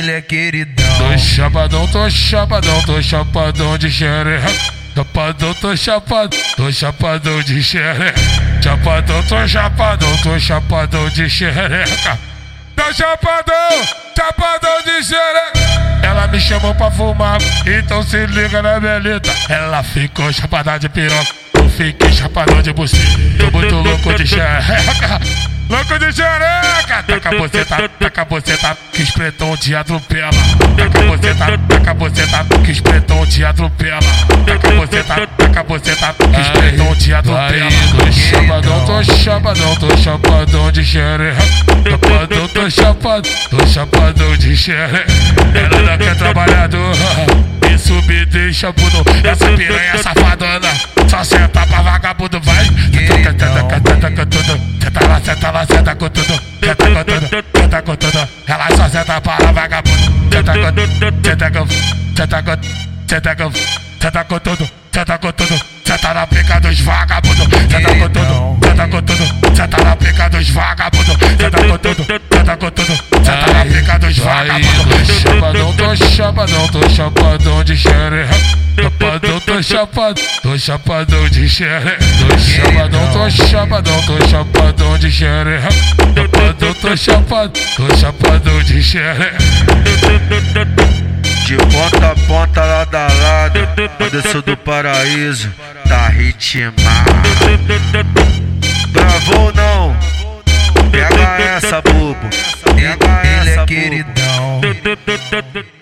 ele é queridão. Tô chapadão de xereca. Chapadão, tô chapadão de xereca. Chapadão, tô chapadão de xereca. Tô chapadão de xereca. Ela me chamou pra fumar, então se liga na belita. Ela ficou chapada de piroca, eu fiquei chapadão de buceta. Tô muito louco de xereca. Louco de xereca. Taca a boceta, que os pretão te atropela. Taca a boceta, que os pretão te atropela. Taca a boceta, que os pretão te atropela. Tô chapadão de xereca. Chapadão, tô chapadão de xereca. Ela não quer trabalhador, isso me deixa puto. Essa piranha safadona só senta pra vagabundo, vai. Senta com tudo, senta com tudo. Ela só senta para vagabundo. Senta com tudo, senta com tudo. Senta na pica dos vagabundos. Senta com tudo, senta na pica dos vagabundos. Senta com tudo, senta na pica dos vagabundos. Tô chapadão de xereca. Chapadão, tô chapadão de xereca. Tô chapadão de xereca. Chapadão, tô chapadão de xereca. De ponta a ponta, lado a lado, Anderson do Paraíso, tá ritmado. Bravou ou não? Pega essa, bobo. Ele é queridão.